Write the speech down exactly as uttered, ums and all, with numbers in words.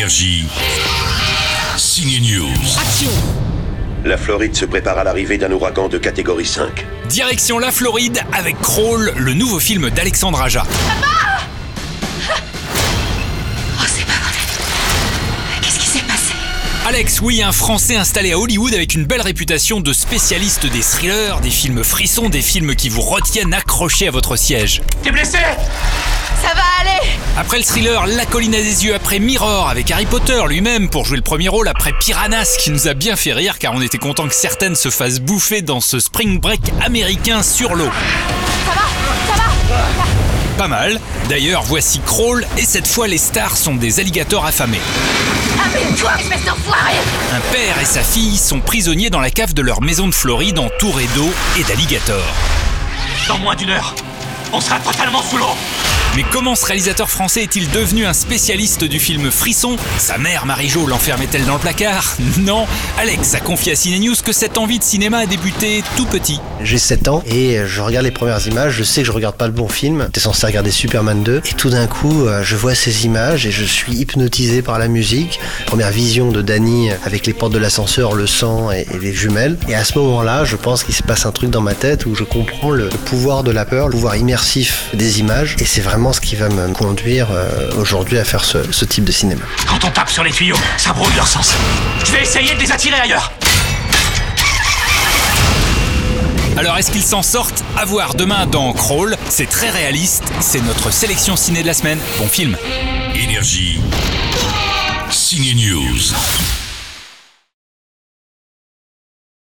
Énergie. Signe News. Action! La Floride se prépare à l'arrivée d'un ouragan de catégorie cinq. Direction la Floride avec Crawl, le nouveau film d'Alexandre Aja. Papa! Oh, c'est pas vrai. Qu'est-ce qui s'est passé? Alex, oui, un Français installé à Hollywood avec une belle réputation de spécialiste des thrillers, des films frissons, des films qui vous retiennent accrochés à votre siège. T'es blessé? Ça va aller! Après le thriller La colline à des yeux, après Mirror avec Harry Potter lui-même pour jouer le premier rôle, après Piranhas qui nous a bien fait rire car on était content que certaines se fassent bouffer dans ce spring break américain sur l'eau. Ça va? Ça va? Pas mal. D'ailleurs, voici Crawl et cette fois les stars sont des alligators affamés. Amène-toi, espèce d'enfoiré! Un père et sa fille sont prisonniers dans la cave de leur maison de Floride entourés d'eau et d'alligators. Dans moins d'une heure, on sera totalement sous l'eau. Mais comment ce réalisateur français est-il devenu un spécialiste du film frisson? Sa mère, Marie-Jo, l'enfermait-elle dans le placard? Non. Alex a confié à Ciné News que cette envie de cinéma a débuté tout petit. J'ai sept ans et je regarde les premières images, je sais que je regarde pas le bon film. J'étais censé regarder Superman deux et tout d'un coup, je vois ces images et je suis hypnotisé par la musique. Première vision de Danny avec les portes de l'ascenseur, le sang et, et les jumelles. Et à ce moment-là, je pense qu'il se passe un truc dans ma tête où je comprends le, le pouvoir de la peur, le pouvoir immersif des images et c'est vraiment ce qui va me conduire euh, aujourd'hui à faire ce, ce type de cinéma. Quand on tape sur les tuyaux, ça brouille leur sens. Je vais essayer de les attirer ailleurs. Alors est-ce qu'ils s'en sortent? À voir demain dans Crawl. C'est très réaliste, c'est notre sélection ciné de la semaine. Bon film. Énergie. Signe News.